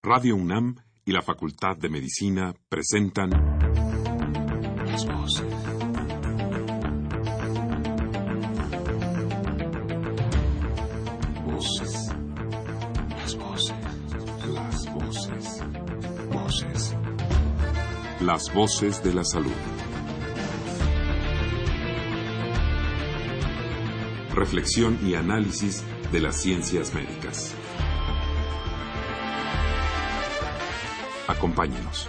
Radio UNAM y la Facultad de Medicina presentan Las Voces. Voces. Las voces. Las voces. Voces. Las voces de la salud. Reflexión y análisis de las ciencias médicas. Acompáñenos.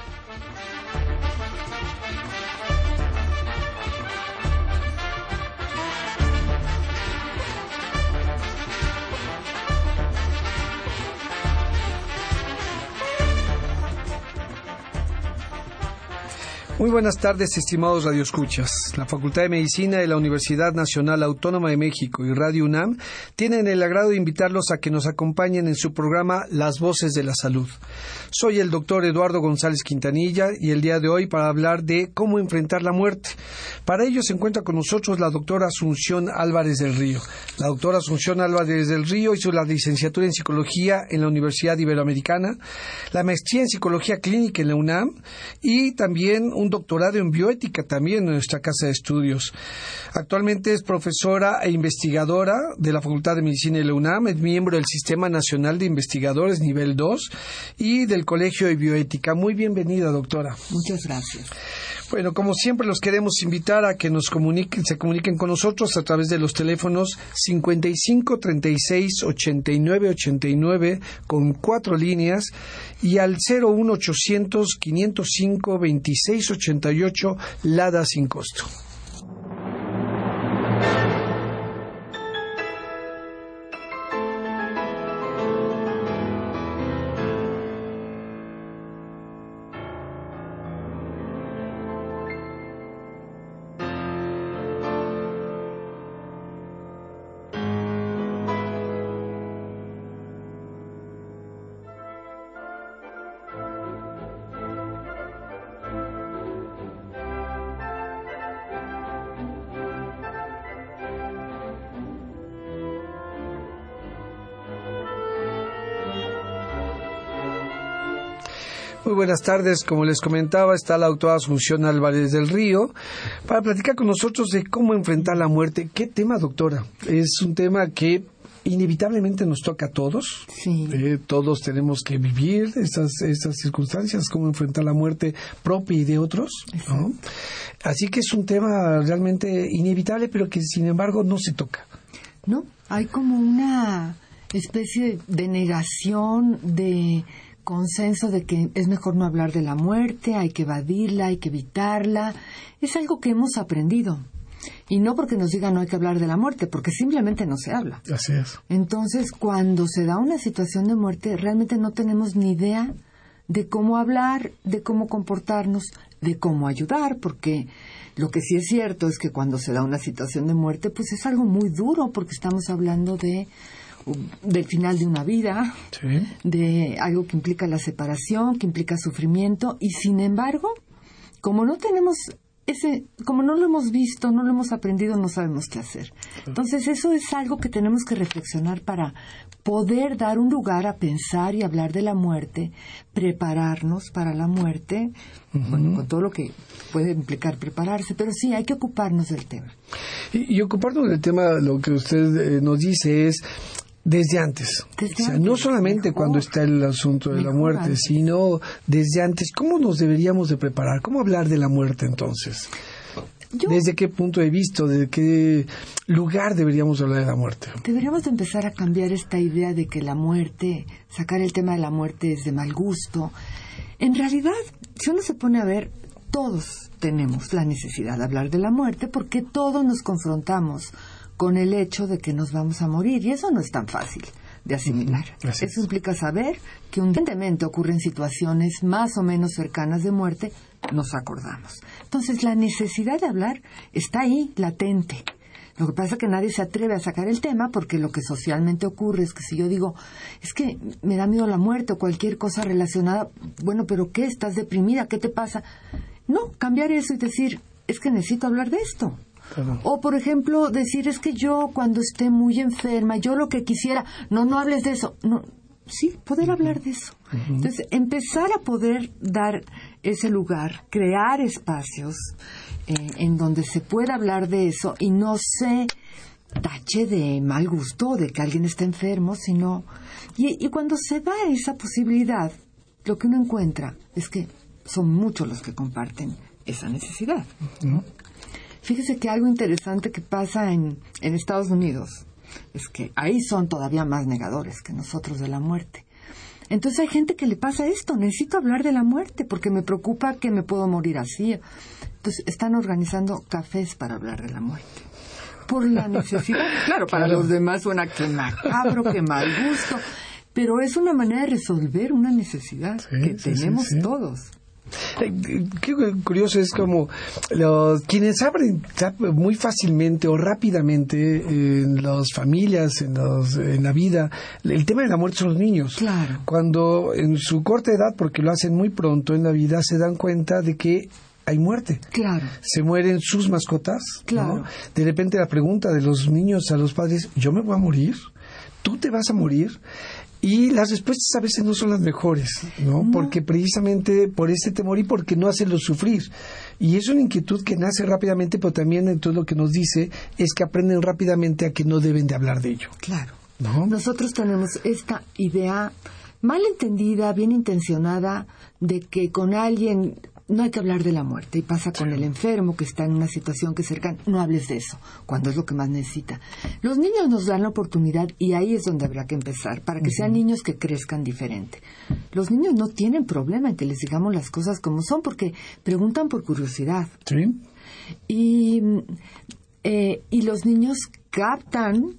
Muy buenas tardes, estimados radioescuchas. La Facultad de Medicina de la Universidad Nacional Autónoma de México y Radio UNAM tienen el agrado de invitarlos a que nos acompañen en su programa Las Voces de la Salud. Soy el doctor Eduardo González Quintanilla y el día de hoy para hablar de cómo enfrentar la muerte. Para ello se encuentra con nosotros la doctora Asunción Álvarez del Río. La doctora Asunción Álvarez del Río hizo la licenciatura en Psicología en la Universidad Iberoamericana, la maestría en Psicología Clínica en la UNAM y también un doctorado en bioética también en nuestra casa de estudios. Actualmente es profesora e investigadora de la Facultad de Medicina de la UNAM, es miembro del Sistema Nacional de Investigadores nivel 2 y del Colegio de Bioética. Muy bienvenida, doctora. Muchas gracias. Bueno, como siempre los queremos invitar a que se comuniquen con nosotros a través de los teléfonos 55 36 89 89 con 4 líneas y al 01800 505 26 88 LADA sin costo. Muy buenas tardes, como les comentaba, está la doctora Asunción Álvarez del Río para platicar con nosotros de cómo enfrentar la muerte. ¿Qué tema, doctora? Es un tema que inevitablemente nos toca a todos. Sí. Todos tenemos que vivir esas circunstancias, cómo enfrentar la muerte propia y de otros, ¿no? Así que es un tema realmente inevitable, pero que sin embargo no se toca. No, hay como una especie de negación, de consenso de que es mejor no hablar de la muerte, hay que evadirla, hay que evitarla. Es algo que hemos aprendido. Y no porque nos digan no hay que hablar de la muerte, porque simplemente no se habla. Así es. Entonces, cuando se da una situación de muerte, realmente no tenemos ni idea de cómo hablar, de cómo comportarnos, de cómo ayudar, porque lo que sí es cierto es que cuando se da una situación de muerte, pues es algo muy duro, porque estamos hablando del final de una vida, sí, de algo que implica la separación, que implica sufrimiento, y sin embargo, como no lo hemos visto, no lo hemos aprendido, no sabemos qué hacer. Entonces, eso es algo que tenemos que reflexionar para poder dar un lugar a pensar y hablar de la muerte, prepararnos para la muerte, bueno, con todo lo que puede implicar prepararse, pero sí, hay que ocuparnos del tema. Y ocuparnos del tema, lo que usted nos dice es desde antes. O sea, no solamente cuando está el asunto de la muerte, antes, sino desde antes. ¿Cómo nos deberíamos de preparar? ¿Cómo hablar de la muerte entonces? ¿Desde qué punto de vista, desde qué lugar deberíamos hablar de la muerte? Deberíamos de empezar a cambiar esta idea de que la muerte, sacar el tema de la muerte es de mal gusto. En realidad, si uno se pone a ver, todos tenemos la necesidad de hablar de la muerte porque todos nos confrontamos con el hecho de que nos vamos a morir, y eso no es tan fácil de asimilar. Eso implica saber que evidentemente ocurren situaciones más o menos cercanas de muerte, nos acordamos. Entonces, la necesidad de hablar está ahí, latente. Lo que pasa es que nadie se atreve a sacar el tema porque lo que socialmente ocurre es que si yo digo, es que me da miedo la muerte o cualquier cosa relacionada, bueno, pero ¿qué? ¿Estás deprimida? ¿Qué te pasa? No, cambiar eso y decir, es que necesito hablar de esto. Claro. O, por ejemplo, decir, es que yo cuando esté muy enferma, yo lo que quisiera, no hables de eso. No, sí, poder hablar de eso. Entonces, empezar a poder dar ese lugar, crear espacios en donde se pueda hablar de eso y no se tache de mal gusto, de que alguien está enfermo, sino... Y cuando se da esa posibilidad, lo que uno encuentra es que son muchos los que comparten esa necesidad, ¿no? Fíjese que algo interesante que pasa en Estados Unidos es que ahí son todavía más negadores que nosotros de la muerte. Entonces hay gente que le pasa esto, necesito hablar de la muerte porque me preocupa que me puedo morir así. Entonces están organizando cafés para hablar de la muerte. Por la necesidad. Claro, para los demás suena que macabro, que mal gusto, pero es una manera de resolver una necesidad que tenemos todos. Qué curioso es como quienes abren muy fácilmente o rápidamente en las familias, en la vida, el tema de la muerte son los niños. Claro. Cuando en su corta edad, porque lo hacen muy pronto en la vida, se dan cuenta de que hay muerte. Claro. Se mueren sus mascotas. Claro. ¿No? De repente la pregunta de los niños a los padres, ¿yo me voy a morir? ¿Tú te vas a morir? Y las respuestas a veces no son las mejores, ¿no? Porque precisamente por ese temor y porque no hacerlos sufrir. Y es una inquietud que nace rápidamente, pero también entonces lo que nos dice es que aprenden rápidamente a que no deben de hablar de ello. Claro. ¿No? Nosotros tenemos esta idea mal entendida, bien intencionada, de que con alguien no hay que hablar de la muerte, y pasa con el enfermo que está en una situación que es cercana. No hables de eso, cuando es lo que más necesita. Los niños nos dan la oportunidad, y ahí es donde habrá que empezar, para que sean niños que crezcan diferente. Los niños no tienen problema en que les digamos las cosas como son, porque preguntan por curiosidad. Sí. Y los niños captan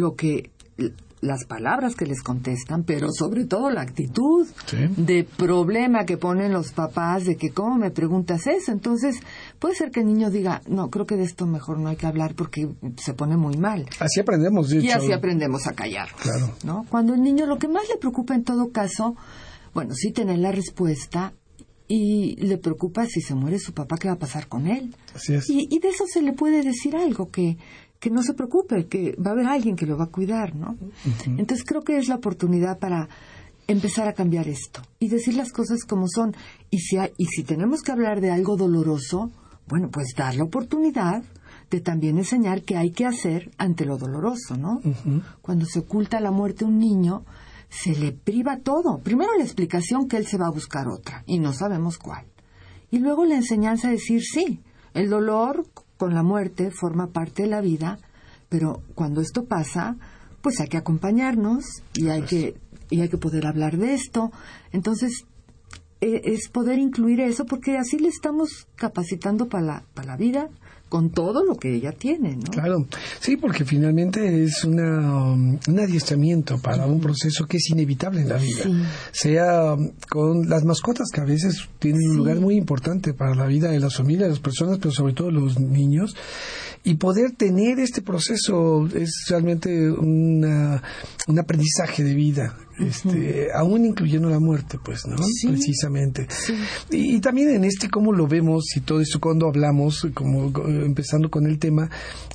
las palabras que les contestan, pero sobre todo la actitud de problema que ponen los papás, de que ¿cómo me preguntas eso? Entonces, puede ser que el niño diga, no, creo que de esto mejor no hay que hablar porque se pone muy mal. Así aprendemos, de hecho. Y así aprendemos a callarnos, claro, ¿no? Cuando el niño lo que más le preocupa en todo caso, bueno, sí tener la respuesta, y le preocupa si se muere su papá, ¿qué va a pasar con él? Así es. Y de eso se le puede decir algo, que no se preocupe, que va a haber alguien que lo va a cuidar, ¿no? Entonces creo que es la oportunidad para empezar a cambiar esto y decir las cosas como son. Y si tenemos que hablar de algo doloroso, bueno, pues dar la oportunidad de también enseñar qué hay que hacer ante lo doloroso, ¿no? Cuando se oculta la muerte a un niño, se le priva todo. Primero la explicación que él se va a buscar otra, y no sabemos cuál. Y luego la enseñanza a decir, sí, el dolor con la muerte forma parte de la vida, pero cuando esto pasa, pues hay que acompañarnos y hay que poder hablar de esto. Entonces, es poder incluir eso, porque así le estamos capacitando para la vida con todo lo que ella tiene, ¿no? Claro, sí, porque finalmente es un adiestramiento para un proceso que es inevitable en la vida, sea con las mascotas, que a veces tienen un lugar muy importante para la vida de las familias, de las personas, pero sobre todo los niños, y poder tener este proceso es realmente un aprendizaje de vida, aún incluyendo la muerte, pues, ¿no? Sí. Precisamente. Sí. Y también en cómo lo vemos y todo esto cuando hablamos, como empezando con el tema,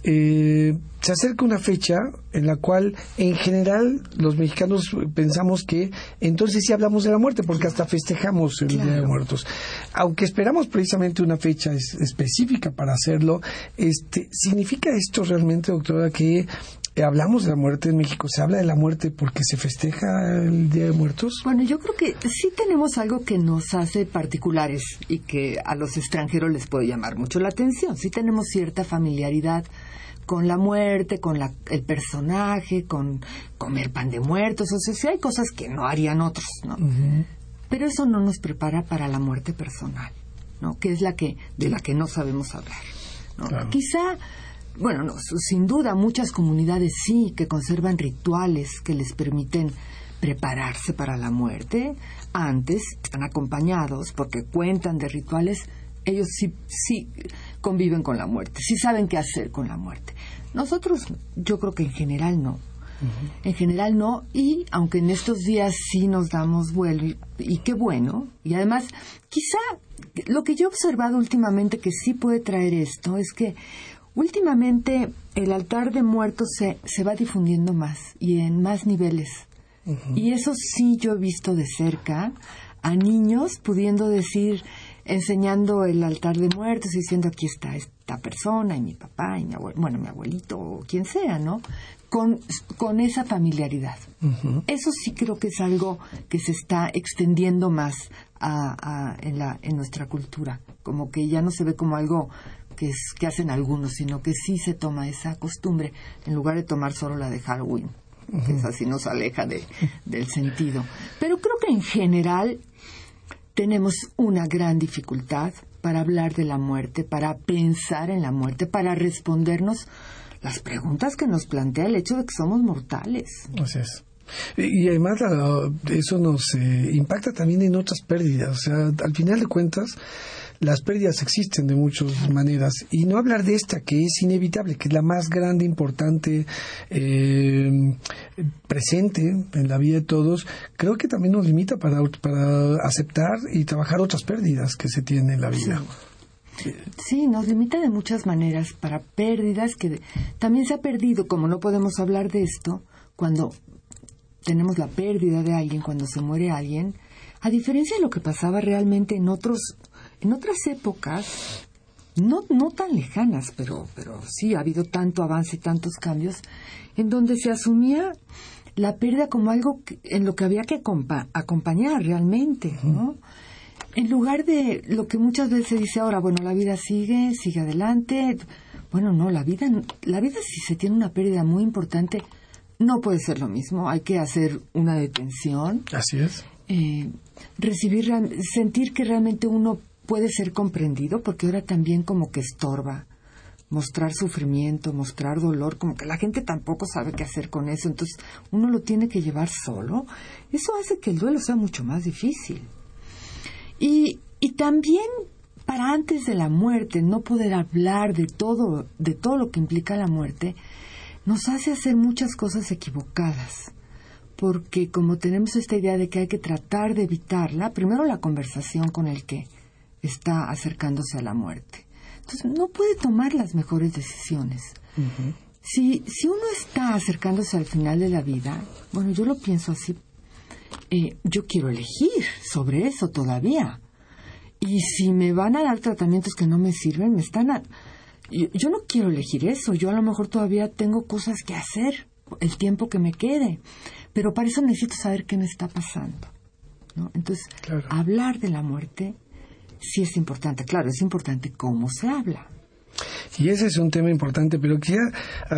se acerca una fecha en la cual en general los mexicanos pensamos que entonces sí hablamos de la muerte, porque hasta festejamos el Día de Muertos. Aunque esperamos precisamente una fecha específica para hacerlo, ¿significa esto realmente, doctora, que hablamos de la muerte en México? ¿Se habla de la muerte porque se festeja el Día de Muertos? Bueno, yo creo que sí tenemos algo que nos hace particulares y que a los extranjeros les puede llamar mucho la atención. Sí tenemos cierta familiaridad con la muerte, con el personaje, con comer pan de muertos. O sea, sí hay cosas que no harían otros, ¿no? Pero eso no nos prepara para la muerte personal, ¿no? Que es de la que no sabemos hablar, ¿no? Claro. Quizá... Bueno, no, sin duda muchas comunidades sí que conservan rituales que les permiten prepararse para la muerte. Antes están acompañados porque cuentan de rituales. Ellos sí conviven con la muerte, sí saben qué hacer con la muerte. Nosotros, yo creo que en general no. En general no, y aunque en estos días sí nos damos vuelo, y qué bueno, y además quizá lo que yo he observado últimamente que sí puede traer esto es que últimamente el altar de muertos se va difundiendo más y en más niveles Y eso sí yo he visto de cerca a niños pudiendo decir, enseñando el altar de muertos y diciendo, aquí está esta persona y mi papá y mi abuelito o quien sea, ¿no? Con esa familiaridad. Eso sí creo que es algo que se está extendiendo más en nuestra cultura. Como que ya no se ve como algo que hacen algunos, sino que sí se toma esa costumbre en lugar de tomar solo la de Halloween, que esa sí nos aleja del sentido. Pero creo que en general tenemos una gran dificultad para hablar de la muerte, para pensar en la muerte, para respondernos las preguntas que nos plantea el hecho de que somos mortales. Así es. Y además eso nos impacta también en otras pérdidas. O sea, al final de cuentas, las pérdidas existen de muchas maneras. Y no hablar de esta, que es inevitable, que es la más grande, importante, presente en la vida de todos, creo que también nos limita para aceptar y trabajar otras pérdidas que se tienen en la vida. Sí, nos limita de muchas maneras para pérdidas que también se ha perdido, como no podemos hablar de esto, cuando tenemos la pérdida de alguien, cuando se muere alguien, a diferencia de lo que pasaba realmente en otras épocas, no tan lejanas, pero sí ha habido tanto avance y tantos cambios, en donde se asumía la pérdida como algo en lo que había que acompañar realmente, ¿no? En lugar de lo que muchas veces se dice ahora, bueno, la vida sigue adelante. Bueno, no, la vida si se tiene una pérdida muy importante, no puede ser lo mismo. Hay que hacer una detención. Así es. Sentir que realmente uno puede ser comprendido, porque ahora también como que estorba mostrar sufrimiento, mostrar dolor, como que la gente tampoco sabe qué hacer con eso, entonces uno lo tiene que llevar solo. Eso hace que el duelo sea mucho más difícil. Y también para antes de la muerte, no poder hablar de todo lo que implica la muerte, nos hace hacer muchas cosas equivocadas. Porque como tenemos esta idea de que hay que tratar de evitarla, primero la conversación con el que está acercándose a la muerte. Entonces no puede tomar las mejores decisiones. Uh-huh. Si uno está acercándose al final de la vida, bueno, yo lo pienso así, yo quiero elegir sobre eso todavía. Y si me van a dar tratamientos que no me sirven, yo no quiero elegir eso. Yo a lo mejor todavía tengo cosas que hacer el tiempo que me quede. Pero para eso necesito saber qué me está pasando, ¿no? Entonces, claro, hablar de la muerte sí es importante. Claro, es importante cómo se habla. Y ese es un tema importante, pero quería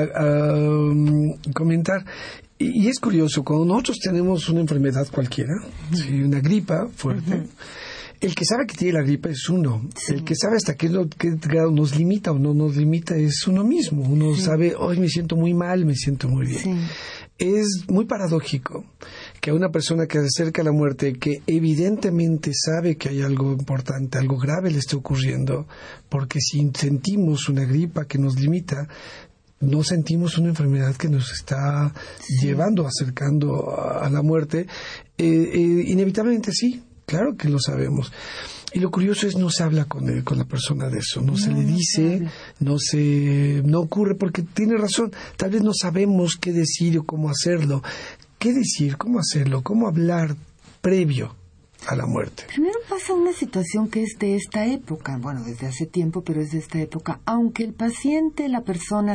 comentar, y es curioso, cuando nosotros tenemos una enfermedad cualquiera, ¿sí? Una gripa fuerte, uh-huh, el que sabe que tiene la gripa es uno. Sí. El que sabe hasta qué grado nos limita o no nos limita es uno mismo. Uno sí sabe, hoy me siento muy mal, me siento muy bien. Sí. Es muy paradójico que a una persona que se acerca a la muerte, que evidentemente sabe que hay algo importante, algo grave le está ocurriendo, porque si sentimos una gripa que nos limita, no sentimos una enfermedad que nos está llevando, acercando a la muerte, inevitablemente sí. Claro que lo sabemos. Y lo curioso es no se habla con la persona de eso, no se le dice, no ocurre, porque tiene razón. Tal vez no sabemos qué decir o cómo hacerlo. ¿Qué decir? ¿Cómo hacerlo? ¿Cómo hablar previo a la muerte? Primero pasa una situación que es de esta época, bueno, desde hace tiempo, pero es de esta época. Aunque el paciente, la persona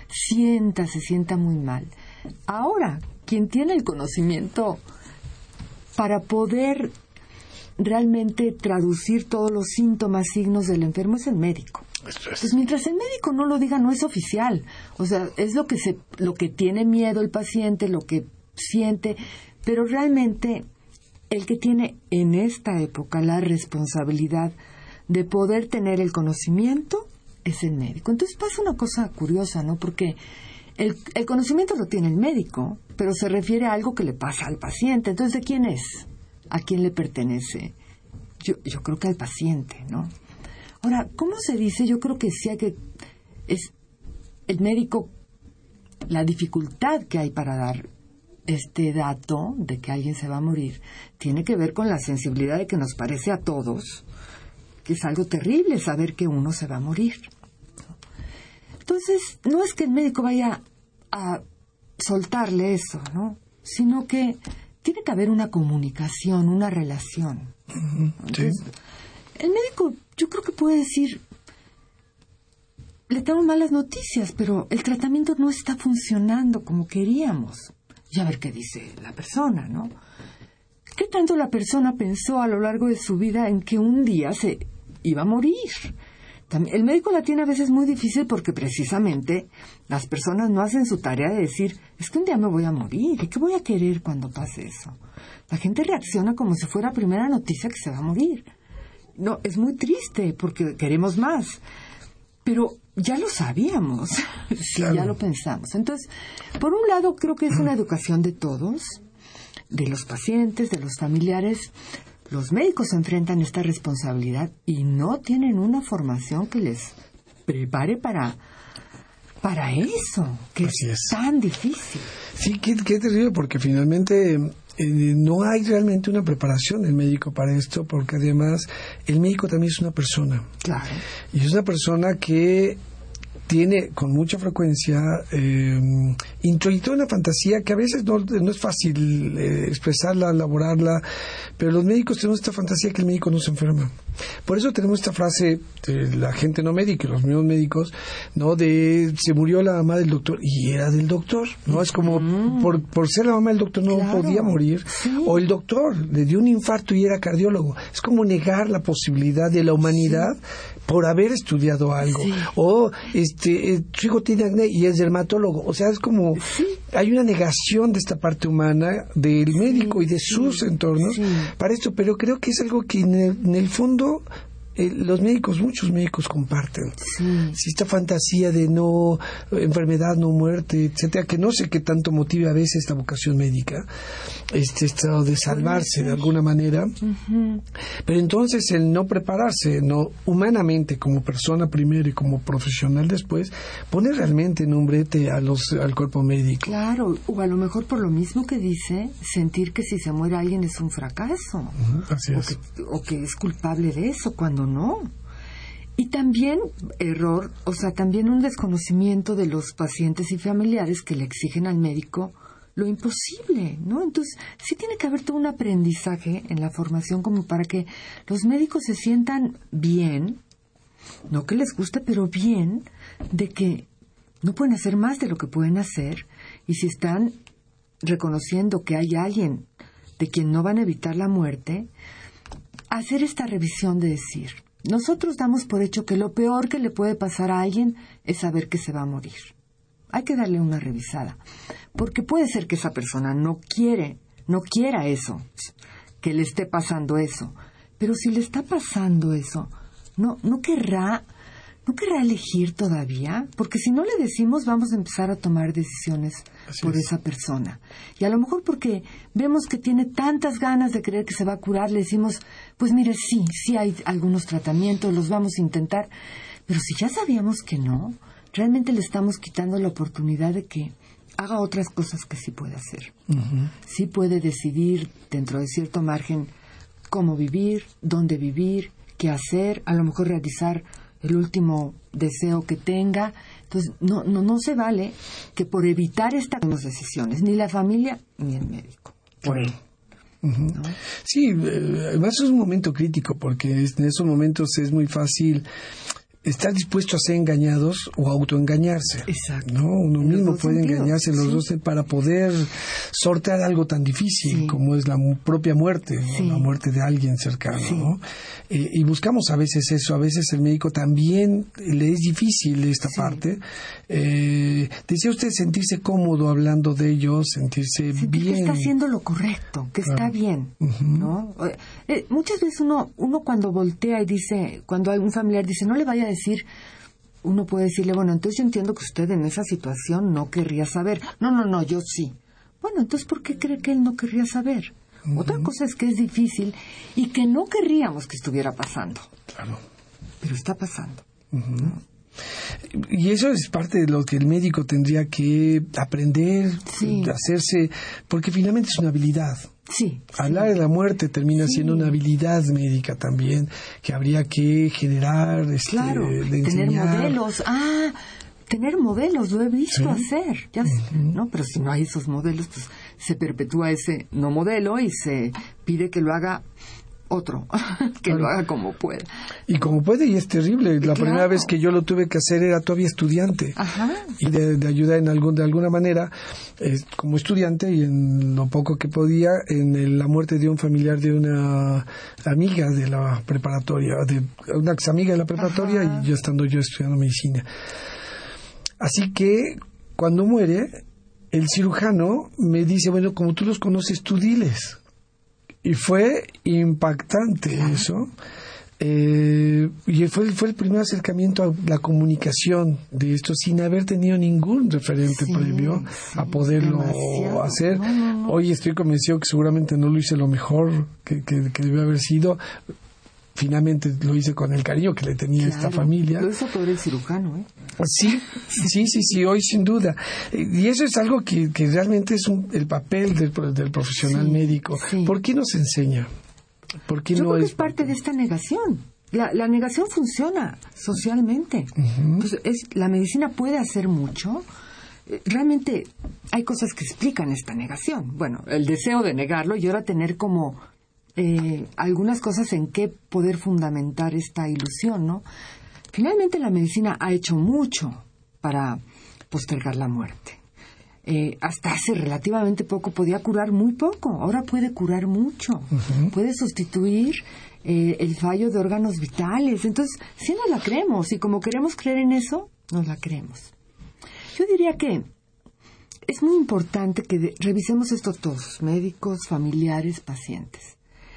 se sienta muy mal. Ahora, quien tiene el conocimiento para poder realmente traducir todos los síntomas, signos del enfermo es el médico. Pues mientras el médico no lo diga, no es oficial. O sea, es lo que tiene miedo el paciente, lo que siente, pero realmente el que tiene en esta época la responsabilidad de poder tener el conocimiento es el médico. Entonces pasa una cosa curiosa, ¿no? Porque el conocimiento lo tiene el médico, pero se refiere a algo que le pasa al paciente. Entonces, ¿de quién es? ¿A quién le pertenece? Yo creo que al paciente, ¿no? Ahora, ¿cómo se dice? Yo creo que sí es el médico, la dificultad que hay para dar este dato de que alguien se va a morir, tiene que ver con la sensibilidad de que nos parece a todos que es algo terrible saber que uno se va a morir. Entonces, no es que el médico vaya a soltarle eso, ¿no? Sino que tiene que haber una comunicación, una relación. Entonces, Sí. el médico, yo creo que puede decir, le tengo malas noticias, pero el tratamiento no está funcionando como queríamos. Y a ver qué dice la persona, ¿no? ¿Qué tanto la persona pensó a lo largo de su vida en que un día se iba a morir? También, el médico la tiene a veces muy difícil porque precisamente las personas no hacen su tarea de decir, es que un día me voy a morir, ¿y qué voy a querer cuando pase eso? La gente reacciona como si fuera primera noticia que se va a morir. No, es muy triste porque queremos más. Pero ya lo sabíamos, sí, Claro. ya lo pensamos. Entonces, por un lado, creo que es una educación de todos, de los pacientes, de los familiares. Los médicos se enfrentan a esta responsabilidad y no tienen una formación que les prepare para eso, que Así es. tan difícil. Sí, qué terrible, porque finalmente no hay realmente una preparación del médico para esto, porque además el médico también es una persona. Claro. Y es una persona que tiene con mucha frecuencia introyectada una fantasía que a veces no es fácil expresarla, elaborarla, pero los médicos tenemos esta fantasía que el médico no se enferma. Por eso tenemos esta frase de la gente no médica, los mismos médicos, ¿no? De se murió la mamá del doctor y era del doctor, ¿no? Es como por ser la mamá del doctor no Claro. podía morir, Sí. o el doctor le dio un infarto y era cardiólogo. Es como negar la posibilidad de la humanidad por haber estudiado algo. Sí. O su hijo tiene acné y es dermatólogo. O sea, es como hay una negación de esta parte humana del médico y de sus entornos para esto, pero creo que es algo que en el fondo los médicos, muchos médicos comparten. Si esta fantasía de no enfermedad, no muerte, etcétera, que no sé qué tanto motive a veces esta vocación médica, estado de salvarse de alguna manera. Pero entonces el no prepararse, no humanamente como persona primero y como profesional después, pone realmente en un brete al cuerpo médico. Claro, o a lo mejor por lo mismo que dice, sentir que si se muere alguien es un fracaso. Así es. O que es culpable de eso, cuando no. Y también error, o sea, también un desconocimiento de los pacientes y familiares que le exigen al médico lo imposible, ¿no? Entonces, sí tiene que haber todo un aprendizaje en la formación como para que los médicos se sientan bien, no que les guste, pero bien, de que no pueden hacer más de lo que pueden hacer, y si están reconociendo que hay alguien de quien no van a evitar la muerte, hacer esta revisión de decir, nosotros damos por hecho que lo peor que le puede pasar a alguien es saber que se va a morir. Hay que darle una revisada, porque puede ser que esa persona no quiera eso, que le esté pasando eso, pero si le está pasando eso, no querrá elegir todavía, porque si no le decimos vamos a empezar a tomar decisiones por esa persona. Y a lo mejor porque vemos que tiene tantas ganas de creer que se va a curar, le decimos, pues mire, sí hay algunos tratamientos, los vamos a intentar, pero si ya sabíamos que no, realmente le estamos quitando la oportunidad de que haga otras cosas que sí puede hacer. Sí puede decidir dentro de cierto margen cómo vivir, dónde vivir, qué hacer, a lo mejor realizar el último deseo que tenga. Entonces, no se vale que por evitar estas decisiones, ni la familia ni el médico, por él. ¿No? Sí, además es un momento crítico, porque en esos momentos es muy fácil estar dispuesto a ser engañados o autoengañarse. Exacto. ¿No? Uno mismo puede sentidos. engañarse los dos para poder sortear algo tan difícil como es la propia muerte, ¿no? La muerte de alguien cercano. ¿No? Y buscamos a veces eso, a veces el médico también le es difícil esta parte. Decía usted sentirse cómodo hablando de ello, sentirse bien. Que está haciendo lo correcto, que está bien, ¿no? Muchas veces uno cuando voltea y dice, cuando un familiar dice, no le vaya a decir, uno puede decirle, bueno, entonces yo entiendo que usted en esa situación no querría saber. No, yo sí. Bueno, entonces, ¿por qué cree que él no querría saber? Otra cosa es que es difícil y que no querríamos que estuviera pasando. Claro. Pero está pasando. ¿No? Y eso es parte de lo que el médico tendría que aprender, hacerse, porque finalmente es una habilidad. Hablar de la muerte termina siendo una habilidad médica también, que habría que generar, de tener modelos. Tener modelos, lo he visto hacer, ya ¿no? Pero si no hay esos modelos, pues se perpetúa ese no modelo y se pide que lo haga otro, que lo haga como pueda. Y como puede, y es terrible. La primera vez que yo lo tuve que hacer era todavía estudiante. Ajá. Y de ayudar de alguna manera, como estudiante, y en lo poco que podía, en la muerte de un familiar de una amiga de la preparatoria, de una ex amiga de la preparatoria, y yo estudiando medicina. Así que, cuando muere, el cirujano me dice, bueno, como tú los conoces, tú diles. Y fue impactante eso. Y fue el primer acercamiento a la comunicación de esto sin haber tenido ningún referente previo a poderlo hacer. No. Hoy estoy convencido que seguramente no lo hice lo mejor que debió haber sido. Finalmente lo hice con el cariño que le tenía a esta familia. Lo hizo por el cirujano, ¿eh? Sí, hoy sin duda. Y eso es algo que realmente es el papel del profesional médico. Sí. ¿Por qué nos enseña? ¿Por qué Yo no creo que es parte de esta negación. La negación funciona socialmente. Entonces, la medicina puede hacer mucho. Realmente hay cosas que explican esta negación. Bueno, el deseo de negarlo y ahora tener como algunas cosas en qué poder fundamentar esta ilusión, ¿no? Finalmente la medicina ha hecho mucho para postergar la muerte. Hasta hace relativamente poco podía curar muy poco, ahora puede curar mucho. Puede sustituir el fallo de órganos vitales. Entonces, sí nos la creemos, y como queremos creer en eso, nos la creemos. Yo diría que es muy importante que revisemos esto todos, médicos, familiares, pacientes.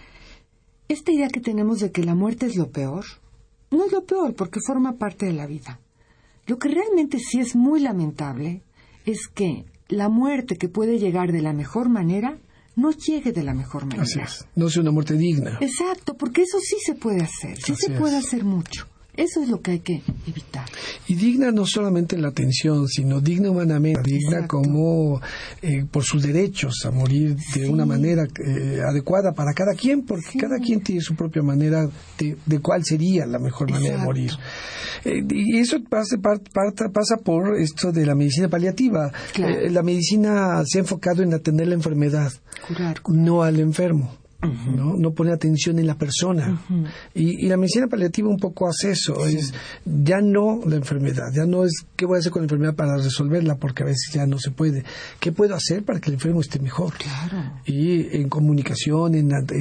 Esta idea que tenemos de que la muerte es lo peor, no es lo peor porque forma parte de la vida. Lo que realmente sí es muy lamentable es que la muerte que puede llegar de la mejor manera no llegue de la mejor manera. Así es, no sea una muerte digna. Exacto, porque eso sí se puede hacer, puede hacer mucho. Eso es lo que hay que evitar. Y digna no solamente en la atención, sino digna humanamente, digna como por sus derechos a morir de una manera adecuada para cada quien, porque cada quien tiene su propia manera de cuál sería la mejor manera de morir. Y eso pasa por esto de la medicina paliativa. Claro. La medicina se ha enfocado en atender la enfermedad, curar. No al enfermo. No pone atención en la persona. Y la medicina paliativa un poco hace eso, es ya no la enfermedad, ya no es qué voy a hacer con la enfermedad para resolverla, porque a veces ya no se puede. ¿Qué puedo hacer para que el enfermo esté mejor? Claro. Y en comunicación,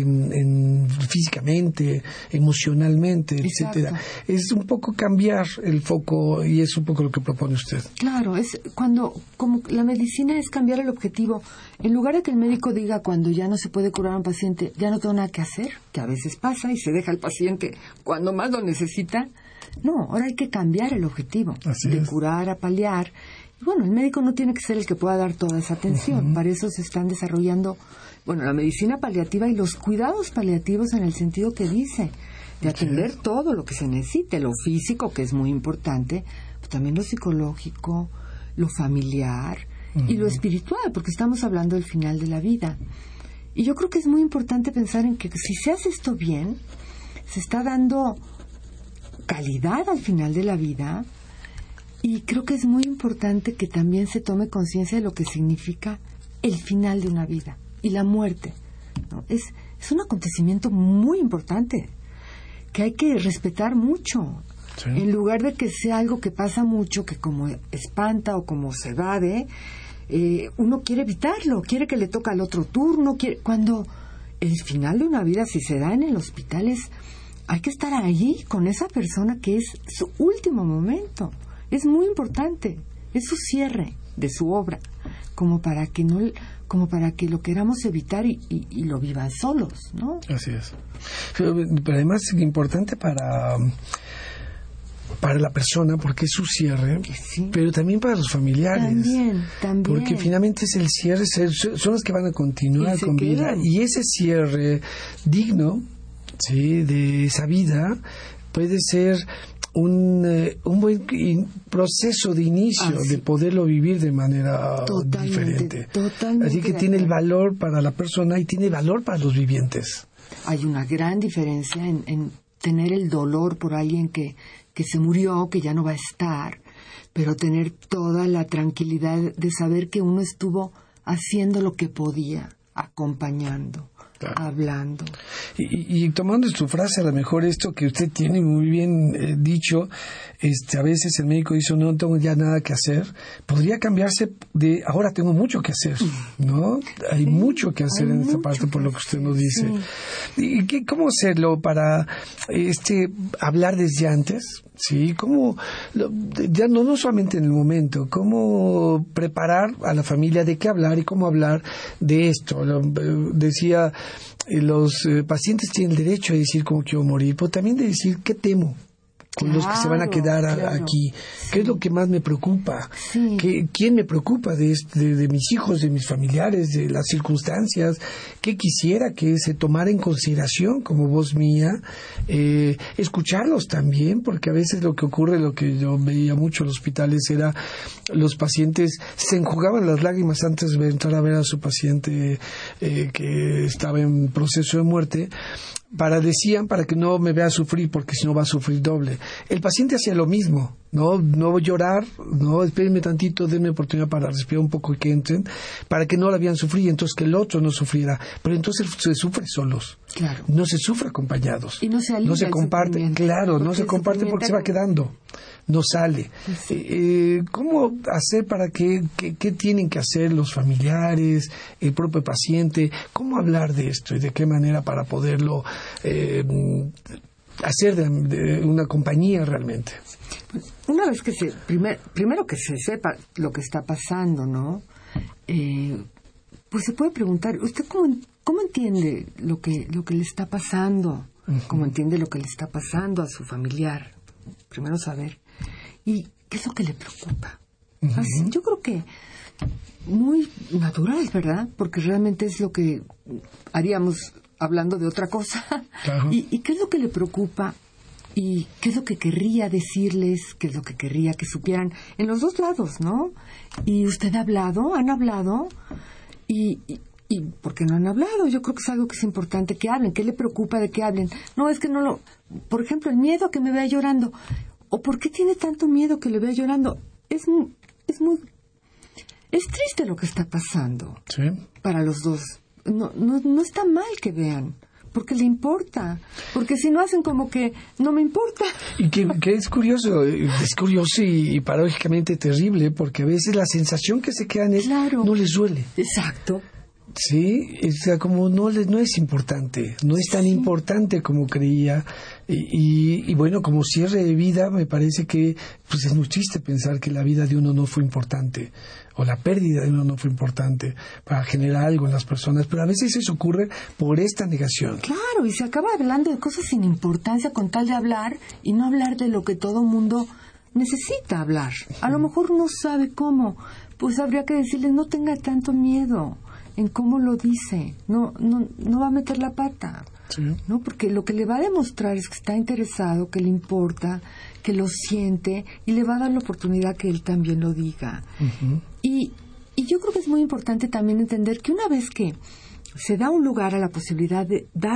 en físicamente, emocionalmente, etcétera. Es un poco cambiar el foco, y es un poco lo que propone usted. Claro, es como la medicina es cambiar el objetivo. En lugar de que el médico diga cuando ya no se puede curar a un paciente, ya no tengo nada que hacer, que a veces pasa y se deja al paciente cuando más lo necesita. No, ahora hay que cambiar el objetivo de curar a paliar. Y bueno, el médico no tiene que ser el que pueda dar toda esa atención. Para eso se están desarrollando, la medicina paliativa y los cuidados paliativos en el sentido que dice, de atender todo lo que se necesite, lo físico, que es muy importante, pero también lo psicológico, lo familiar y lo espiritual, porque estamos hablando del final de la vida. Y yo creo que es muy importante pensar en que si se hace esto bien, se está dando calidad al final de la vida, y creo que es muy importante que también se tome conciencia de lo que significa el final de una vida y la muerte, ¿no? Es un acontecimiento muy importante que hay que respetar mucho. Sí. En lugar de que sea algo que pasa mucho, que como espanta o como se evade, uno quiere evitarlo, quiere que le toque al otro turno, cuando el final de una vida, si se da en el hospital, hay que estar allí con esa persona que es su último momento. Es muy importante, es su cierre de su obra, como para que lo queramos evitar y lo vivan solos, ¿no? Así es. Pero además es importante para la persona, porque es su cierre, pero también para los familiares. También. Porque finalmente es el cierre, son los que van a continuar con vida. Y ese cierre digno, ¿sí?, de esa vida puede ser un buen proceso de inicio de poderlo vivir de manera diferente. Totalmente. Así que tiene el valor para la persona y tiene valor para los vivientes. Hay una gran diferencia en tener el dolor por alguien que se murió, que ya no va a estar, pero tener toda la tranquilidad de saber que uno estuvo haciendo lo que podía, acompañando, hablando. Y tomando su frase, a lo mejor esto que usted tiene muy bien dicho, a veces el médico dice, no tengo ya nada que hacer, podría cambiarse de, ahora tengo mucho que hacer, ¿no? Hay mucho que hacer en esta parte, por lo que usted nos dice. Sí. ¿Y cómo hacerlo para hablar desde antes? Sí, cómo, ya no solamente en el momento, cómo preparar a la familia de qué hablar y cómo hablar de esto. Decía, los pacientes tienen el derecho a decir cómo quiero morir, pero también de decir qué temo con los que se van a quedar aquí. ¿Qué es lo que más me preocupa? Sí. ¿Quién me preocupa de mis hijos, de mis familiares, de las circunstancias? ¿Qué quisiera que se tomara en consideración como voz mía? Escucharlos también, porque a veces lo que ocurre, lo que yo veía mucho en los hospitales, era los pacientes se enjugaban las lágrimas antes de entrar a ver a su paciente que estaba en proceso de muerte, para que no me vea sufrir, porque si no va a sufrir doble. El paciente hacía lo mismo, no llorar, no, espérenme tantito, denme oportunidad para respirar un poco y que entren, para que no la vean sufrir, entonces que el otro no sufriera. Pero entonces se sufre solos, claro. No se sufre acompañados, y no se comparte, claro, no se comparte porque se va quedando, no sale. Sí. ¿Cómo hacer para qué tienen que hacer los familiares, el propio paciente? ¿Cómo hablar de esto y de qué manera para poderlo hacer de una compañía realmente? Una vez que primero que se sepa lo que está pasando, ¿no? Pues se puede preguntar, ¿usted cómo entiende lo que le está pasando? Uh-huh. ¿Cómo entiende lo que le está pasando a su familiar? Primero saber. ¿Y qué es lo que le preocupa? Uh-huh. Así, yo creo que muy natural, ¿verdad? Porque realmente es lo que haríamos hablando de otra cosa. Claro. ¿Y qué es lo que le preocupa? ¿Y qué es lo que querría decirles? ¿Qué es lo que querría que supieran? En los dos lados, ¿no? ¿Y usted ha hablado? ¿Han hablado? ¿Y por qué no han hablado? Yo creo que es algo que es importante que hablen. ¿Qué le preocupa de que hablen? No, es que no lo... Por ejemplo, el miedo a que me vea llorando. ¿O por qué tiene tanto miedo que le vea llorando? Es triste lo que está pasando. Sí. Para los dos. No está mal que vean, porque le importa, porque si no hacen como que no me importa. Y que es curioso y paradójicamente terrible, porque a veces la sensación que se quedan es, claro, no les duele. Exacto. Sí, o sea, como no es importante, no es tan importante como creía. Y bueno, como cierre de vida, me parece que pues es muy triste pensar que la vida de uno no fue importante, o la pérdida de uno no fue importante para generar algo en las personas, pero a veces eso ocurre por esta negación. Claro, y se acaba hablando de cosas sin importancia con tal de hablar y no hablar de lo que todo mundo necesita hablar. A lo mejor no sabe cómo, pues habría que decirle, no tenga tanto miedo en cómo lo dice, no va a meter la pata. Sí. ¿No? Porque lo que le va a demostrar es que está interesado, que le importa, que lo siente, y le va a dar la oportunidad que él también lo diga. Uh-huh. Y yo creo que es muy importante también entender que una vez que se da un lugar a la posibilidad de dar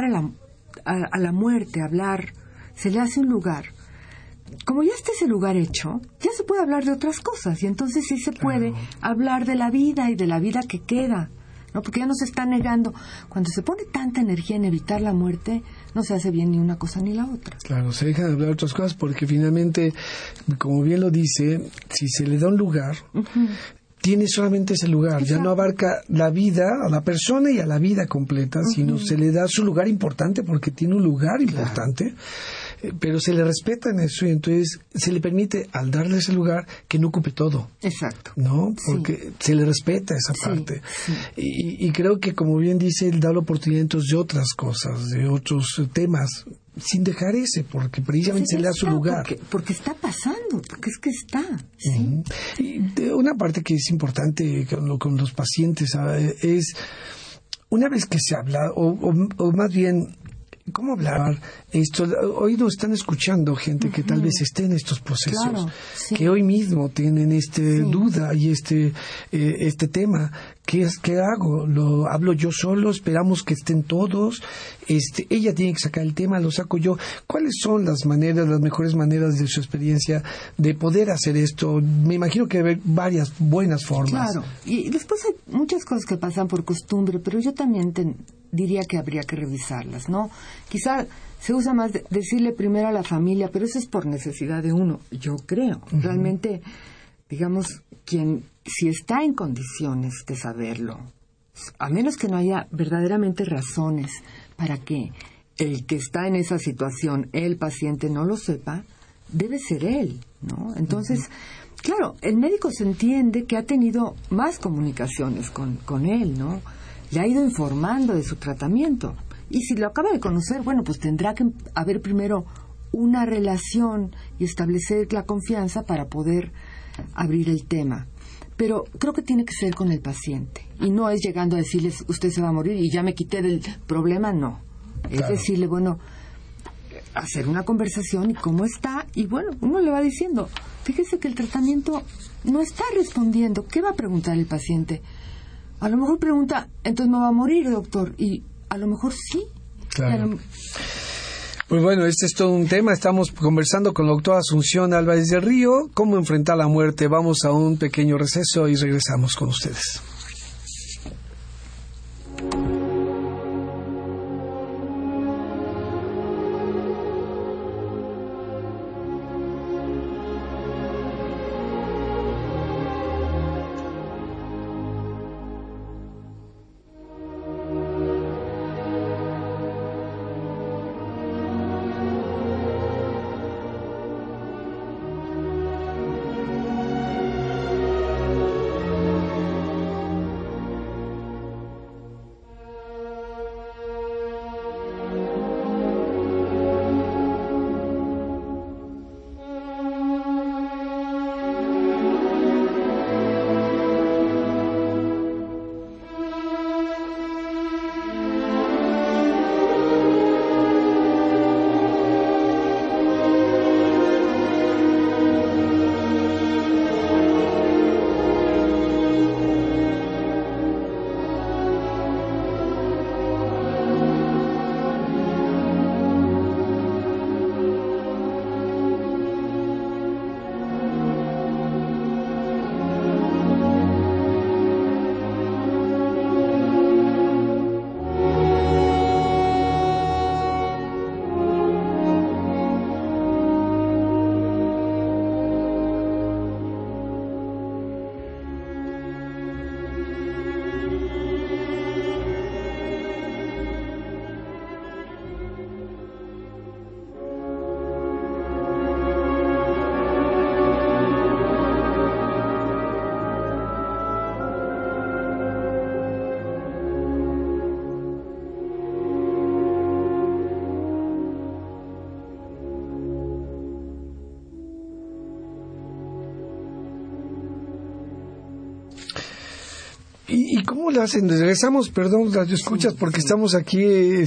a la muerte, hablar, se le hace un lugar. Como ya está ese lugar hecho, ya se puede hablar de otras cosas, y entonces sí se puede hablar de la vida y de la vida que queda, ¿no? Porque ya no se está negando. Cuando se pone tanta energía en evitar la muerte, no se hace bien ni una cosa ni la otra. Claro, se deja de hablar de otras cosas porque finalmente, como bien lo dice, si se le da un lugar, uh-huh, tiene solamente ese lugar. Exacto. Ya no abarca la vida, a la persona y a la vida completa, uh-huh, sino se le da su lugar importante porque tiene un lugar importante. Pero se le respeta en eso y entonces se le permite, al darle ese lugar, que no ocupe todo. Exacto. ¿No? Porque se le respeta esa parte. Sí. Y creo que, como bien dice, él da la oportunidad entonces de otras cosas, de otros temas, sin dejar ese, porque precisamente se le da su lugar. Porque está pasando, porque es que está. ¿Sí? Uh-huh. Y una parte que es importante con los pacientes es, una vez que se habla, o más bien, ¿cómo hablar esto? Hoy nos están escuchando gente que tal vez esté en estos procesos, claro, sí, que hoy mismo tienen duda y este tema. ¿Qué hago? ¿Lo hablo yo solo? ¿Esperamos que estén todos? Ella tiene que sacar el tema, lo saco yo. ¿Cuáles son las mejores maneras de su experiencia de poder hacer esto? Me imagino que hay varias buenas formas. Claro, y después hay muchas cosas que pasan por costumbre, pero yo también diría que habría que revisarlas, ¿no? Quizá se usa más decirle primero a la familia, pero eso es por necesidad de uno, yo creo. Uh-huh. Realmente, digamos, si está en condiciones de saberlo, a menos que no haya verdaderamente razones para que el que está en esa situación, el paciente, no lo sepa, debe ser él, ¿no? Entonces, uh-huh. Claro, el médico se entiende que ha tenido más comunicaciones con él, ¿no? Le ha ido informando de su tratamiento. Y si lo acaba de conocer, bueno, pues tendrá que haber primero una relación y establecer la confianza para poder abrir el tema. Pero creo que tiene que ser con el paciente. Y no es llegando a decirles, usted se va a morir y ya me quité del problema, no. Es claro. Decirle, bueno, hacer una conversación y cómo está. Y bueno, uno le va diciendo, fíjese que el tratamiento no está respondiendo. ¿Qué va a preguntar el paciente? A lo mejor pregunta, entonces me va a morir, doctor. Y a lo mejor sí. Claro. Pues bueno, este es todo un tema. Estamos conversando con la doctora Asunción Álvarez del Río. ¿Cómo enfrentar la muerte? Vamos a un pequeño receso y regresamos con ustedes. ¿Y cómo lo hacen? Regresamos, perdón, radio escuchas, porque estamos aquí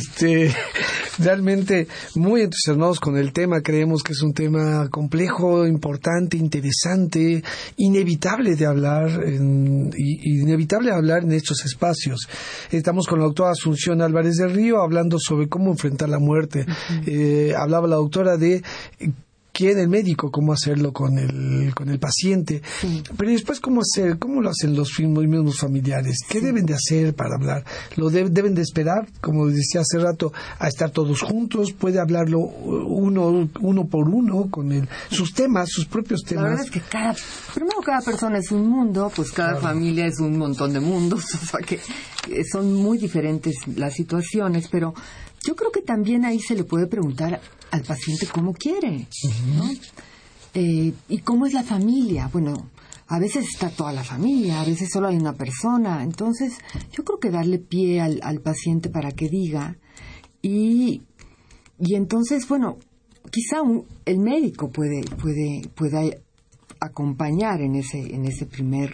realmente muy entusiasmados con el tema. Creemos que es un tema complejo, importante, interesante, inevitable de hablar, inevitable hablar en estos espacios. Estamos con la doctora Asunción Álvarez del Río hablando sobre cómo enfrentar la muerte. Uh-huh. Hablaba la doctora de quién el médico, cómo hacerlo con el paciente. Sí. Pero después, ¿cómo lo hacen los mismos familiares? ¿Qué deben de hacer para hablar? ¿Deben de esperar, como decía hace rato, a estar todos juntos? ¿Puede hablarlo uno por uno con sus temas, sus propios temas? La verdad es que cada persona es un mundo, pues cada familia es un montón de mundos, o sea que son muy diferentes las situaciones, pero yo creo que también ahí se le puede preguntar al paciente cómo quiere, ¿no? Y cómo es la familia. Bueno, a veces está toda la familia, a veces solo hay una persona. Entonces, yo creo que darle pie al paciente para que diga. Y entonces, bueno, quizá el médico puede acompañar en esa primera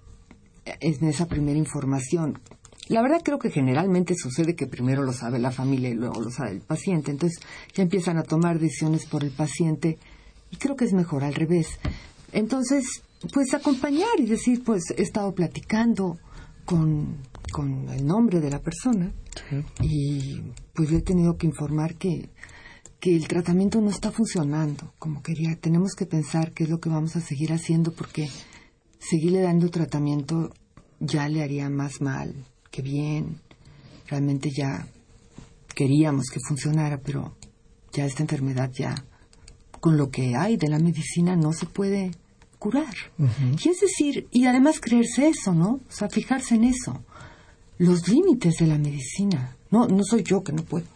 información. La verdad creo que generalmente sucede que primero lo sabe la familia y luego lo sabe el paciente. Entonces ya empiezan a tomar decisiones por el paciente y creo que es mejor al revés. Entonces, pues acompañar y decir, pues he estado platicando con el nombre de la persona, sí. Y pues le he tenido que informar que el tratamiento no está funcionando como quería. Tenemos que pensar qué es lo que vamos a seguir haciendo, porque seguirle dando tratamiento ya le haría más mal que bien. Realmente ya queríamos que funcionara, pero ya esta enfermedad ya, con lo que hay de la medicina, no se puede curar. Uh-huh. Y es decir, y además creerse eso, ¿no? O sea, fijarse en eso. Los límites de la medicina. No soy yo que no puedo.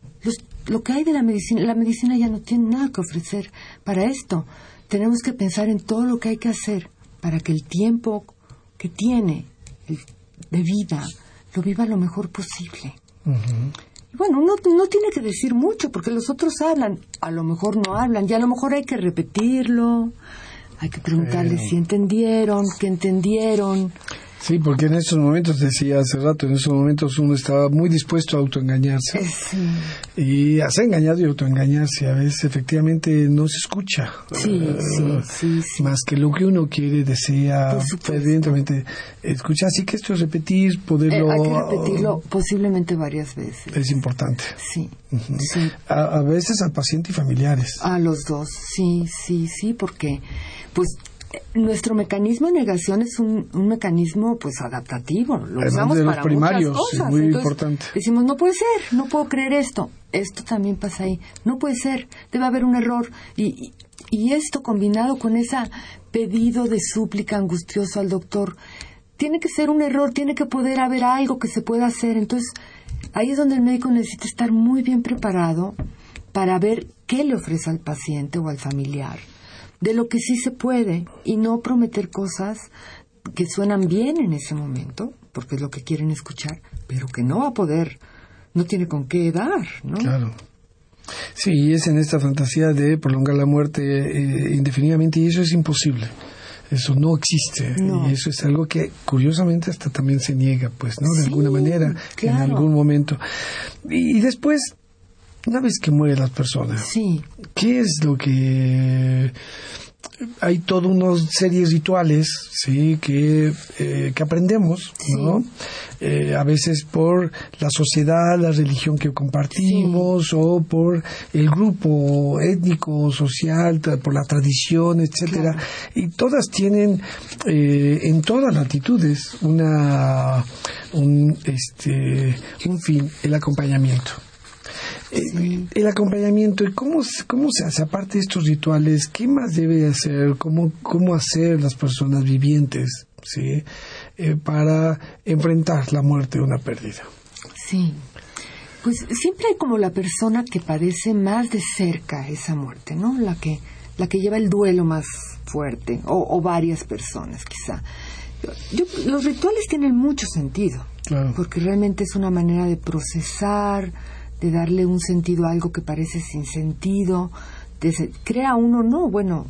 Lo que hay de la medicina ya no tiene nada que ofrecer. Para esto tenemos que pensar en todo lo que hay que hacer para que el tiempo que tiene de vida lo viva lo mejor posible. Uh-huh. Y bueno, uno no tiene que decir mucho, porque los otros hablan, a lo mejor no hablan, y a lo mejor hay que repetirlo, hay que preguntarles si entendieron, qué entendieron. Sí, porque en esos momentos, decía hace rato, en esos momentos uno estaba muy dispuesto a autoengañarse. Sí. Y a ser engañado y autoengañarse a veces efectivamente no se escucha. Sí. Más que lo que uno quiere, desea, evidentemente escucha. Así que esto es repetir, poderlo... hay que repetirlo posiblemente varias veces. Es importante. Sí. Uh-huh. Sí. A veces al paciente y familiares. A los dos, sí, porque pues... nuestro mecanismo de negación es un mecanismo pues adaptativo, lo usamos para muchas cosas. Muy entonces, importante. Decimos, no puede ser, no puedo creer esto también pasa ahí, no puede ser, debe haber un error, y esto combinado con ese pedido de súplica angustioso al doctor, tiene que ser un error, tiene que poder haber algo que se pueda hacer. Entonces ahí es donde el médico necesita estar muy bien preparado para ver qué le ofrece al paciente o al familiar, de lo que sí se puede, y no prometer cosas que suenan bien en ese momento, porque es lo que quieren escuchar, pero que no va a poder, no tiene con qué dar, ¿no? Claro. Sí, es en esta fantasía de prolongar la muerte indefinidamente, y eso es imposible. Eso no existe. No. Y eso es algo que curiosamente hasta también se niega, pues, ¿no? De alguna manera, claro. En algún momento. Y después, una vez que mueren las personas, sí. ¿Qué es lo que...? Hay toda una serie de rituales, sí, que aprendemos, ¿no? Sí. A veces por la sociedad, la religión que compartimos, sí. O por el grupo étnico, social, por la tradición, etcétera. Claro. Y todas tienen, en todas las latitudes, un fin, el acompañamiento. Sí. El acompañamiento, y cómo se hace, aparte de estos rituales, ¿qué más debe hacer? ¿Cómo hacer las personas vivientes, sí, para enfrentar la muerte o una pérdida? Sí, pues siempre hay como la persona que padece más de cerca esa muerte, ¿no? La que lleva el duelo más fuerte, o varias personas quizá. Los rituales tienen mucho sentido, claro. Porque realmente es una manera de procesar, de darle un sentido a algo que parece sin sentido, crea uno, no, bueno,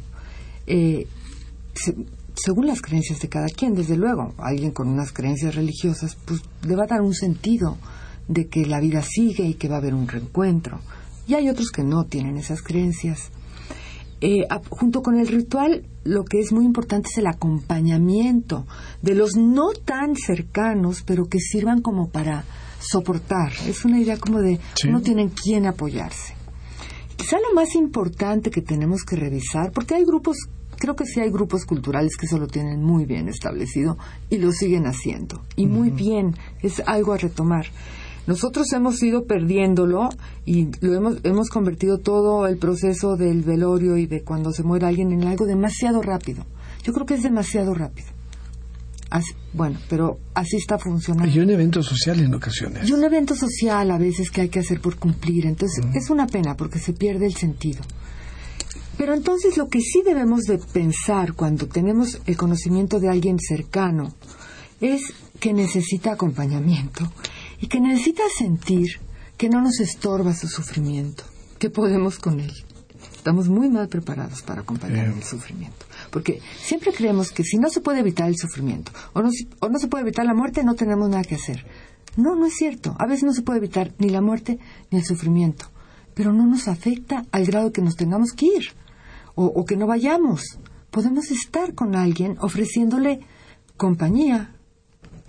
según las creencias de cada quien, desde luego, alguien con unas creencias religiosas, pues le va a dar un sentido de que la vida sigue y que va a haber un reencuentro, y hay otros que no tienen esas creencias. Junto con el ritual, lo que es muy importante es el acompañamiento de los no tan cercanos, pero que sirvan como para soportar. Es una idea como de sí. Uno tiene en quién apoyarse. Quizá lo más importante que tenemos que revisar, porque hay grupos, creo que sí hay grupos culturales que eso lo tienen muy bien establecido y lo siguen haciendo, y muy bien, es algo a retomar. Nosotros hemos ido perdiéndolo y hemos convertido todo el proceso del velorio y de cuando se muere alguien en algo demasiado rápido. Yo creo que es demasiado rápido. Bueno, pero así está funcionando. Y un evento social en ocasiones. Y un evento social a veces que hay que hacer por cumplir. Entonces es una pena porque se pierde el sentido. Pero entonces lo que sí debemos de pensar cuando tenemos el conocimiento de alguien cercano es que necesita acompañamiento y que necesita sentir que no nos estorba su sufrimiento, que podemos con él. Estamos muy mal preparados para acompañar el sufrimiento. Porque siempre creemos que si no se puede evitar el sufrimiento o no se puede evitar la muerte, no tenemos nada que hacer. No es cierto. A veces no se puede evitar ni la muerte ni el sufrimiento. Pero no nos afecta al grado que nos tengamos que ir o que no vayamos. Podemos estar con alguien ofreciéndole compañía,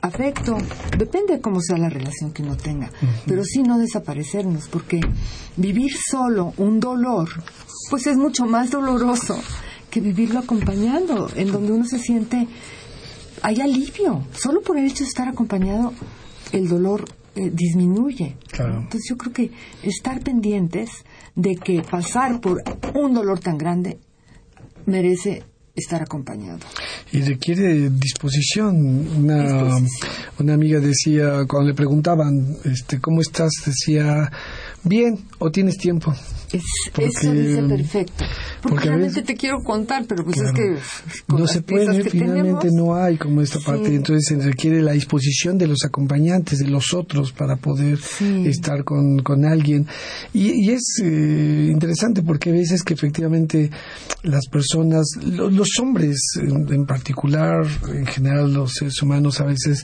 afecto, depende de cómo sea la relación que uno tenga, pero sí no desaparecernos, porque vivir solo un dolor, pues es mucho más doloroso que vivirlo acompañando, en donde uno se siente, hay alivio, solo por el hecho de estar acompañado, el dolor disminuye. Claro. Entonces yo creo que estar pendientes de que pasar por un dolor tan grande merece estar acompañado. Y requiere disposición. Una amiga decía, cuando le preguntaban, ¿cómo estás? Decía, bien, o tienes tiempo. Eso dice perfecto. Porque realmente te quiero contar, pero pues claro, es que no se puede, finalmente no hay como esta parte. Entonces se requiere la disposición de los acompañantes, de los otros, para poder estar con alguien. Y es interesante porque a veces que efectivamente las personas, los hombres en particular, en general los seres humanos, a veces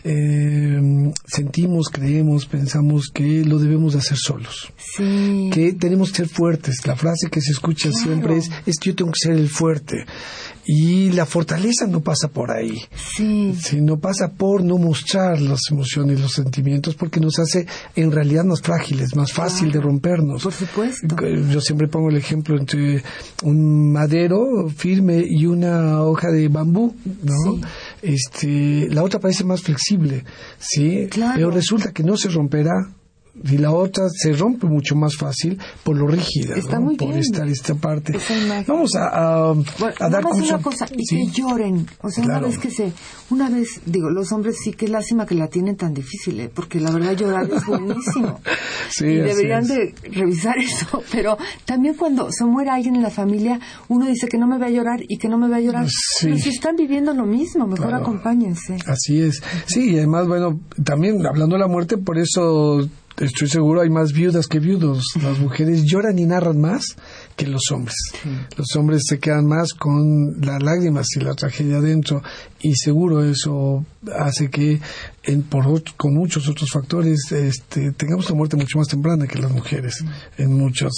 sentimos, creemos, pensamos que lo debemos de hacer solos. Sí. Que tenemos que ser fuertes. La frase que se escucha siempre es que yo tengo que ser el fuerte. Y la fortaleza no pasa por ahí. Sí. Sino pasa por no mostrar las emociones, los sentimientos, porque nos hace en realidad más frágiles, más fácil de rompernos. Por supuesto. Yo siempre pongo el ejemplo entre un madero firme y una hoja de bambú, ¿no? Sí. La otra parece más flexible, ¿sí? Claro. Pero resulta que no se romperá. Y la otra se rompe mucho más fácil por lo rígida, está ¿no? Muy por bien. Esta parte. Vamos a dar curso. Una cosa, y que lloren. O sea, claro. una vez, digo, los hombres sí que lástima que la tienen tan difícil, porque la verdad llorar es buenísimo. Sí, y deberían de revisar eso. Pero también cuando se muere alguien en la familia, uno dice que no me va a llorar y que no me va a llorar. Sí. Pero si están viviendo lo mismo, mejor claro. Acompáñense. Así es. Sí, y además, bueno, también hablando de la muerte, por eso estoy seguro hay más viudas que viudos. Las mujeres lloran y narran más que los hombres. Sí. Los hombres se quedan más con las lágrimas y la tragedia adentro, y seguro eso hace que con muchos otros factores tengamos la muerte mucho más temprana que las mujeres en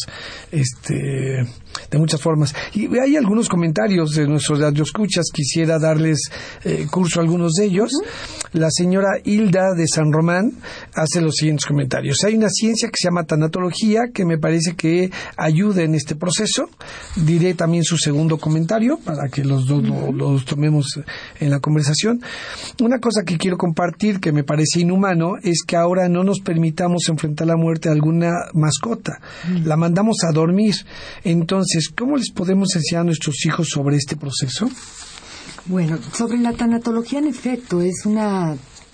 de muchas formas. Y hay algunos comentarios de nuestros radioescuchas, quisiera darles curso a algunos de ellos. La señora Hilda de San Román hace los siguientes comentarios. Hay una ciencia que se llama tanatología que me parece que ayuda en este proceso. Diré también su segundo comentario para que los dos los tomemos en la conversación. Una cosa que quiero compartir que me parece inhumano es que ahora no nos permitamos enfrentar la muerte de alguna mascota. La mandamos a dormir. Entonces, ¿cómo les podemos enseñar a nuestros hijos sobre este proceso? Bueno, sobre la tanatología, en efecto, es una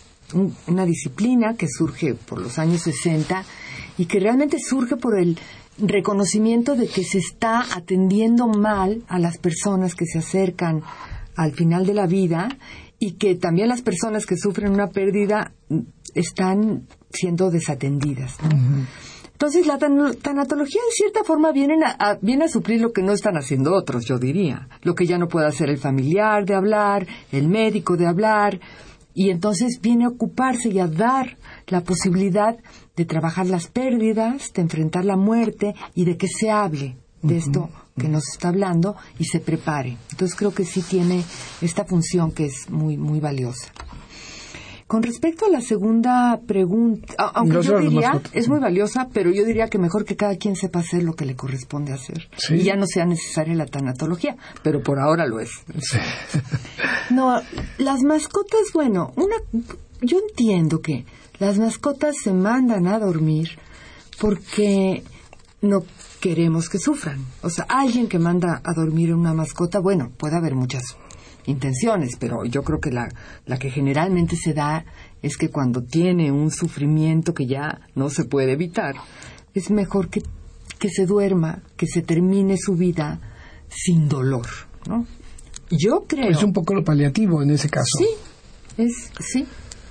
disciplina que surge por los años 60 y que realmente surge por el reconocimiento de que se está atendiendo mal a las personas que se acercan al final de la vida, y que también las personas que sufren una pérdida están siendo desatendidas, ¿no? Uh-huh. Entonces la tanatología en cierta forma viene a suplir lo que no están haciendo otros, yo diría. Lo que ya no puede hacer el familiar de hablar, el médico de hablar, y entonces viene a ocuparse y a dar la posibilidad de trabajar las pérdidas, de enfrentar la muerte y de que se hable de esto que nos está hablando y se prepare. Entonces creo que sí tiene esta función que es muy, muy valiosa. Con respecto a la segunda pregunta, aunque yo diría, es muy valiosa, pero yo diría que mejor que cada quien sepa hacer lo que le corresponde hacer. Sí. Y ya no sea necesaria la tanatología, pero por ahora lo es. Sí. No, las mascotas, bueno, yo entiendo que las mascotas se mandan a dormir porque no queremos que sufran. O sea, alguien que manda a dormir a una mascota, bueno, puede haber muchas intenciones, pero yo creo que la que generalmente se da es que cuando tiene un sufrimiento que ya no se puede evitar, es mejor que se duerma, que se termine su vida sin dolor, ¿no? Yo creo... Es un poco lo paliativo en ese caso. Sí, sí.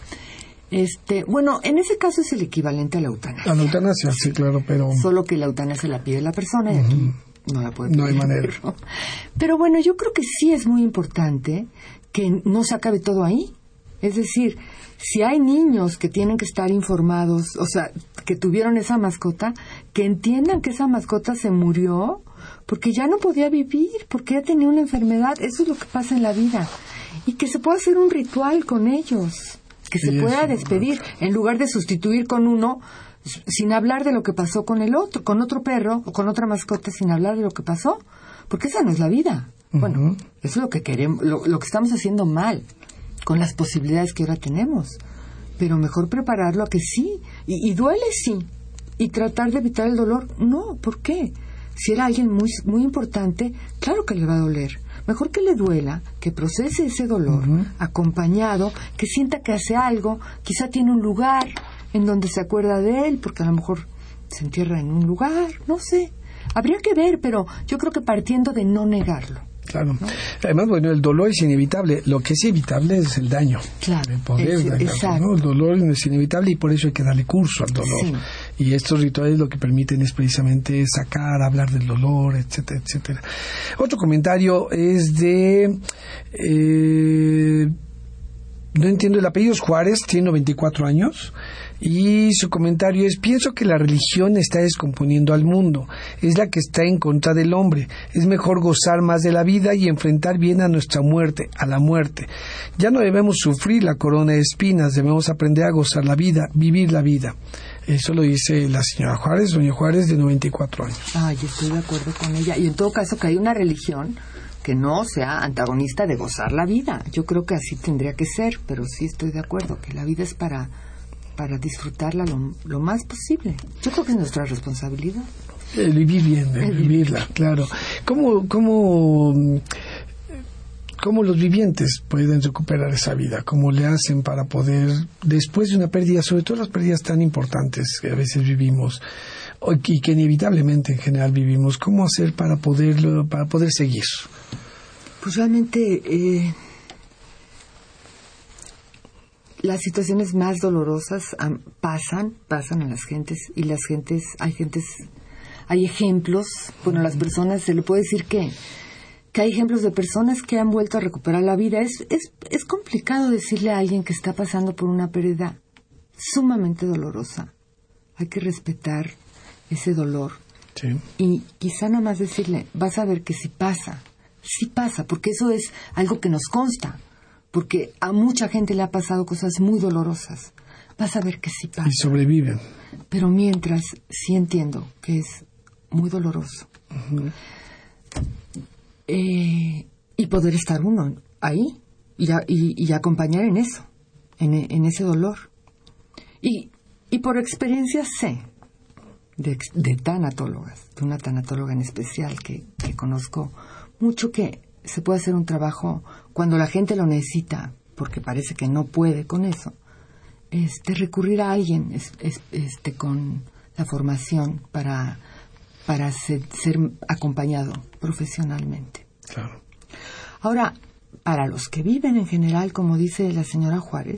Bueno, en ese caso es el equivalente a la eutanasia. A la eutanasia, sí, claro, pero... Solo que la eutanasia la pide la persona y aquí no la puede pedir. No hay manera. Pero bueno, yo creo que sí es muy importante que no se acabe todo ahí. Es decir, si hay niños que tienen que estar informados, o sea, que tuvieron esa mascota, que entiendan que esa mascota se murió porque ya no podía vivir, porque ya tenía una enfermedad. Eso es lo que pasa en la vida. Y que se pueda hacer un ritual con ellos. que se pueda despedir, en lugar de sustituir con uno sin hablar de lo que pasó con el otro, con otro perro o con otra mascota, sin hablar de lo que pasó, porque esa no es la vida. Bueno, eso es lo que queremos, lo que estamos haciendo mal con las posibilidades que ahora tenemos, pero mejor prepararlo a que sí, y duele sí, y tratar de evitar el dolor, no. ¿Por qué? Si era alguien muy, muy importante, claro que le va a doler. Mejor que le duela, que procese ese dolor, acompañado, que sienta que hace algo, quizá tiene un lugar en donde se acuerda de él, porque a lo mejor se entierra en un lugar, no sé. Habría que ver, pero yo creo que partiendo de no negarlo. Claro. ¿No? Además, bueno, el dolor es inevitable. Lo que es evitable es el daño. Claro. El poder dañar, exacto. ¿no? El dolor es inevitable y por eso hay que darle curso al dolor. Sí. Y estos rituales lo que permiten es precisamente sacar, hablar del dolor, etcétera, etcétera. Otro comentario es de... no entiendo, el apellido es Juárez, tiene 94 años. Y su comentario es: pienso que la religión está descomponiendo al mundo, es la que está en contra del hombre. Es mejor gozar más de la vida y enfrentar bien a nuestra muerte, a la muerte. Ya no debemos sufrir la corona de espinas, debemos aprender a gozar la vida, vivir la vida. Eso lo dice la señora Juárez, doña Juárez, de 94 años. Ay, estoy de acuerdo con ella. Y en todo caso que hay una religión que no sea antagonista de gozar la vida. Yo creo que así tendría que ser, pero sí estoy de acuerdo que la vida es para disfrutarla lo más posible. Yo creo que es nuestra responsabilidad. El vivir bien, vivirla, claro. ¿Cómo los vivientes pueden recuperar esa vida? ¿Cómo le hacen para poder, después de una pérdida, sobre todo las pérdidas tan importantes que a veces vivimos y que inevitablemente en general vivimos, cómo hacer para poder seguir? Pues realmente las situaciones más dolorosas pasan en las gentes, y hay ejemplos. Bueno, las personas, se le puede decir que hay ejemplos de personas que han vuelto a recuperar la vida. Es complicado decirle a alguien que está pasando por una pérdida sumamente dolorosa. Hay que respetar ese dolor. Sí. Y quizá nada más decirle: vas a ver que sí pasa, porque eso es algo que nos consta. Porque a mucha gente le ha pasado cosas muy dolorosas. Vas a ver que sí pasa. Y sobreviven. Pero mientras, sí entiendo que es muy doloroso. Y poder estar uno ahí y acompañar en eso, en ese dolor. Y por experiencia sé de tanatólogas, de una tanatóloga en especial que conozco mucho, que se puede hacer un trabajo cuando la gente lo necesita, porque parece que no puede con eso, recurrir a alguien con la formación para ser acompañado profesionalmente. Claro. Ahora, para los que viven en general, como dice la señora Juárez,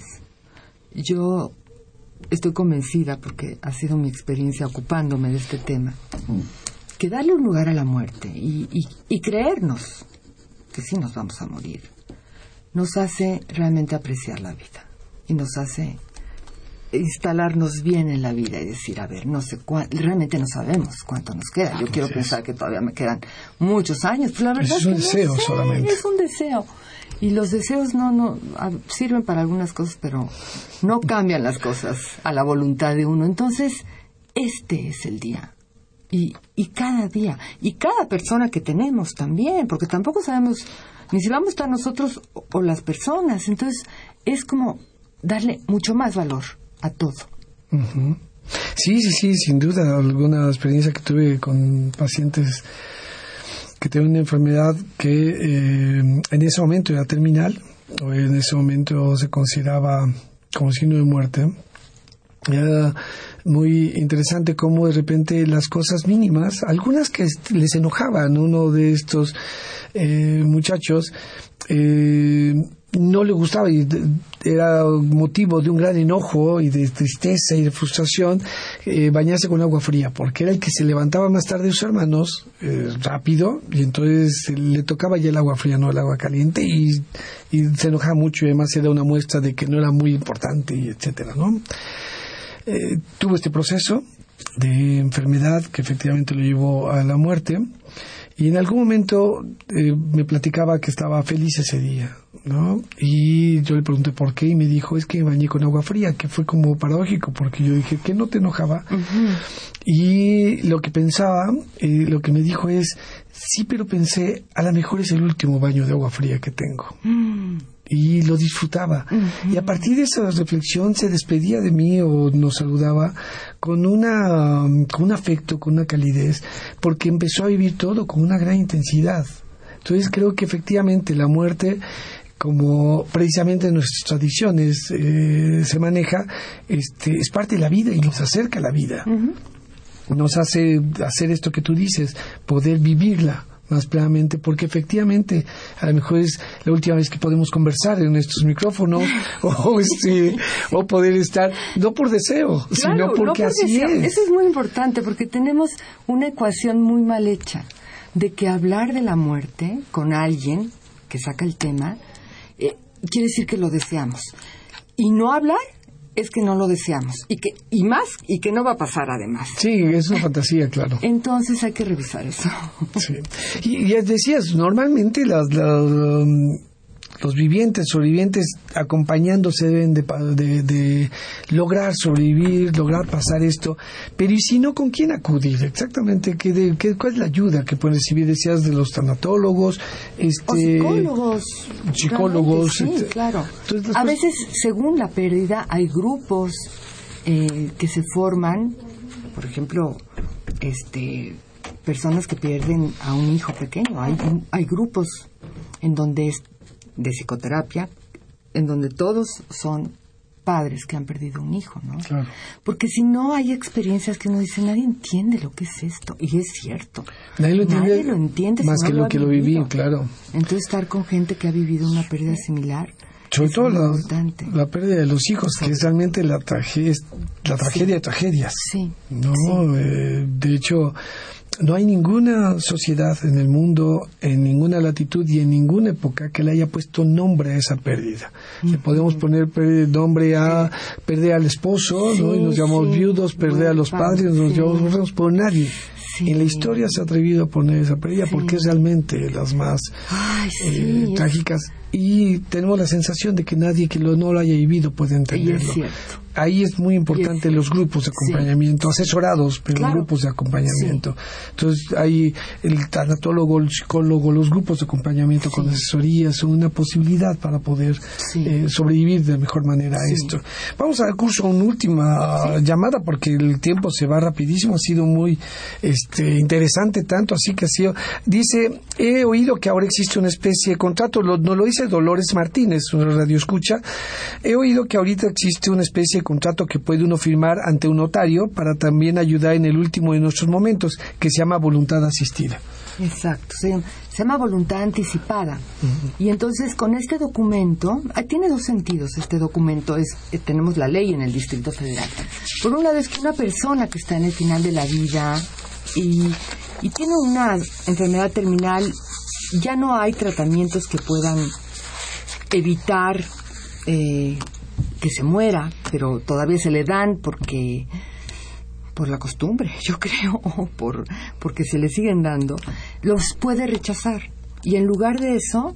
yo estoy convencida, porque ha sido mi experiencia ocupándome de este tema, que darle un lugar a la muerte y creernos que sí nos vamos a morir, nos hace realmente apreciar la vida y nos hace instalarnos bien en la vida y decir: a ver, no sé realmente no sabemos cuánto nos queda. Yo quiero pensar que todavía me quedan muchos años, pero la verdad es un deseo solamente. Es un deseo, y los deseos no sirven para algunas cosas, pero no cambian las cosas a la voluntad de uno. Entonces, este es el día. Y cada día, y cada persona que tenemos también, porque tampoco sabemos ni si vamos a estar nosotros o las personas. Entonces es como darle mucho más valor a todo. Sí, sin duda. Alguna experiencia que tuve con pacientes que tienen una enfermedad que en ese momento era terminal, o en ese momento se consideraba como signo de muerte. Era muy interesante cómo de repente las cosas mínimas, algunas que les enojaban, uno de estos muchachos no le gustaba y era motivo de un gran enojo y de tristeza y de frustración bañarse con agua fría, porque era el que se levantaba más tarde de sus hermanos rápido, y entonces le tocaba ya el agua fría, no el agua caliente, y se enojaba mucho, y además era una muestra de que no era muy importante, y etcétera, ¿no? Tuvo este proceso de enfermedad que efectivamente lo llevó a la muerte, Y en algún momento me platicaba que estaba feliz ese día, ¿no? Y yo le pregunté por qué y me dijo, es que me bañé con agua fría, que fue como paradójico, porque yo dije, ¿que no te enojaba? Uh-huh. Y lo que pensaba, lo que me dijo es, sí, pero pensé, a lo mejor es el último baño de agua fría que tengo. Y lo disfrutaba. Uh-huh. Y a partir de esa reflexión se despedía de mí o nos saludaba con un afecto, con una calidez, porque empezó a vivir todo con una gran intensidad. Entonces creo que efectivamente la muerte, como precisamente en nuestras tradiciones se maneja, es parte de la vida y nos acerca a la vida. Uh-huh. Nos hace hacer esto que tú dices, poder vivirla más plenamente, porque efectivamente a lo mejor es la última vez que podemos conversar en estos micrófonos o poder estar, no por deseo, claro, sino porque no por así deseo. Es. Eso es muy importante, porque tenemos una ecuación muy mal hecha de que hablar de la muerte con alguien que saca el tema quiere decir que lo deseamos, y no hablar es que no lo deseamos, y que no va a pasar además. Sí, es una fantasía, claro. Entonces hay que revisar eso. Sí. Y decías, normalmente los vivientes, sobrevivientes, acompañándose deben de lograr sobrevivir, lograr pasar esto. Pero ¿y si no, con quién acudir? Exactamente, ¿cuál es la ayuda que pueden recibir? Decías de los tanatólogos, o psicólogos. Psicólogos. Sí, claro. Entonces, a veces, según la pérdida, hay grupos que se forman, por ejemplo, personas que pierden a un hijo pequeño. Hay grupos en donde de psicoterapia, en donde todos son padres que han perdido un hijo, ¿no? Claro. Porque si no, hay experiencias que uno dice, nadie entiende lo que es esto, y es cierto. Nadie lo entiende más que lo que lo viví, claro. Entonces, estar con gente que ha vivido una pérdida similar, sobre todo la pérdida de los hijos, que es realmente la tragedia de tragedias. Sí. No, sí. De hecho, no hay ninguna sociedad en el mundo, en ninguna latitud y en ninguna época que le haya puesto nombre a esa pérdida. Uh-huh. Le podemos poner nombre a perder al esposo, sí, ¿no? Y nos llamamos viudos, perder a los padres, nos llamamos orfanatos, pero nadie en la historia se ha atrevido a poner esa pérdida porque es realmente las más trágicas. Y tenemos la sensación de que nadie que no lo haya vivido puede entenderlo. Y es cierto. Ahí es muy importante los grupos de acompañamiento, asesorados, pero claro, grupos de acompañamiento. Sí. Entonces, hay el tanatólogo, el psicólogo, los grupos de acompañamiento con asesorías son una posibilidad para poder sobrevivir de mejor manera a esto. Vamos a dar curso a una última llamada porque el tiempo se va rapidísimo. Ha sido muy interesante, tanto así que ha sido. Dice, he oído que ahora existe una especie de contrato, no lo dice Dolores Martínez, una radioescucha. He oído que ahorita existe una especie de contrato que puede uno firmar ante un notario para también ayudar en el último de nuestros momentos, que se llama voluntad asistida. Exacto, se llama voluntad anticipada. Uh-huh. Y entonces con este documento, tiene dos sentidos este documento, tenemos la ley en el Distrito Federal. Por un lado es que una persona que está en el final de la vida y tiene una enfermedad terminal, ya no hay tratamientos que puedan evitar que se muera, pero todavía se le dan por la costumbre, yo creo, o porque se le siguen dando, los puede rechazar y en lugar de eso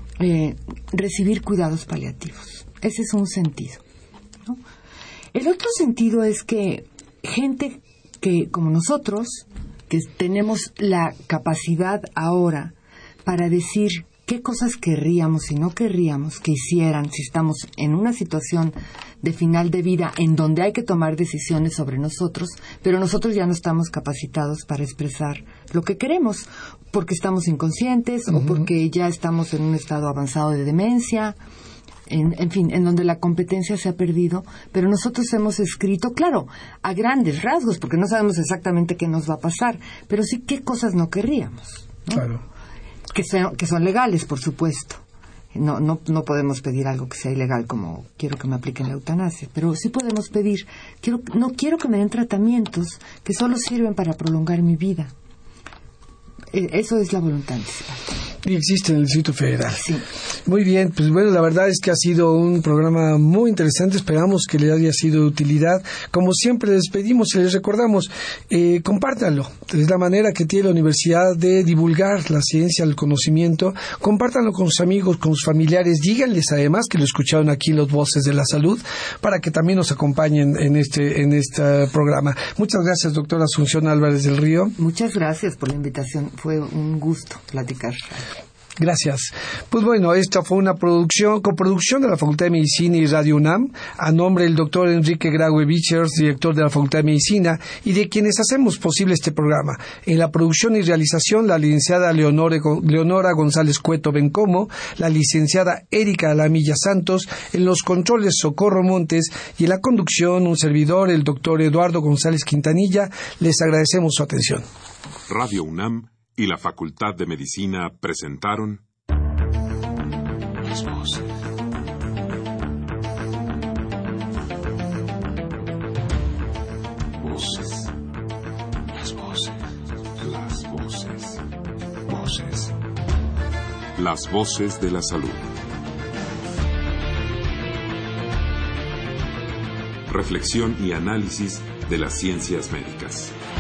recibir cuidados paliativos. Ese es un sentido, ¿no? El otro sentido es que gente que como nosotros, que tenemos la capacidad ahora para decir qué cosas querríamos y no querríamos que hicieran si estamos en una situación de final de vida en donde hay que tomar decisiones sobre nosotros, pero nosotros ya no estamos capacitados para expresar lo que queremos, porque estamos inconscientes o porque ya estamos en un estado avanzado de demencia, en fin, en donde la competencia se ha perdido, pero nosotros hemos escrito, claro, a grandes rasgos, porque no sabemos exactamente qué nos va a pasar, pero sí qué cosas no querríamos, ¿no? Claro. Que son legales, por supuesto. No podemos pedir algo que sea ilegal, como quiero que me apliquen la eutanasia, pero sí podemos pedir, no quiero que me den tratamientos que solo sirven para prolongar mi vida. Eso es la voluntad anticipada. Y existe en el Distrito Federal. Sí. Muy bien, pues bueno, la verdad es que ha sido un programa muy interesante, esperamos que le haya sido de utilidad. Como siempre les pedimos y les recordamos, compártanlo, es la manera que tiene la universidad de divulgar la ciencia, el conocimiento, compártanlo con sus amigos, con sus familiares, díganles además que lo escucharon aquí en Los Voces de la Salud, para que también nos acompañen en este programa. Muchas gracias, doctora Asunción Álvarez del Río. Muchas gracias por la invitación, fue un gusto platicar. Gracias. Pues bueno, esta fue una coproducción de la Facultad de Medicina y Radio UNAM, a nombre del doctor Enrique Graue Vichers, director de la Facultad de Medicina, y de quienes hacemos posible este programa. En la producción y realización, la licenciada Leonora González Cueto Bencomo, la licenciada Erika Alamilla Santos, en los controles Socorro Montes, y en la conducción un servidor, el doctor Eduardo González Quintanilla. Les agradecemos su atención. Radio UNAM y la Facultad de Medicina presentaron Las Voces. Voces. Las voces. Las voces. Voces. Las voces de la salud. Reflexión y análisis de las ciencias médicas.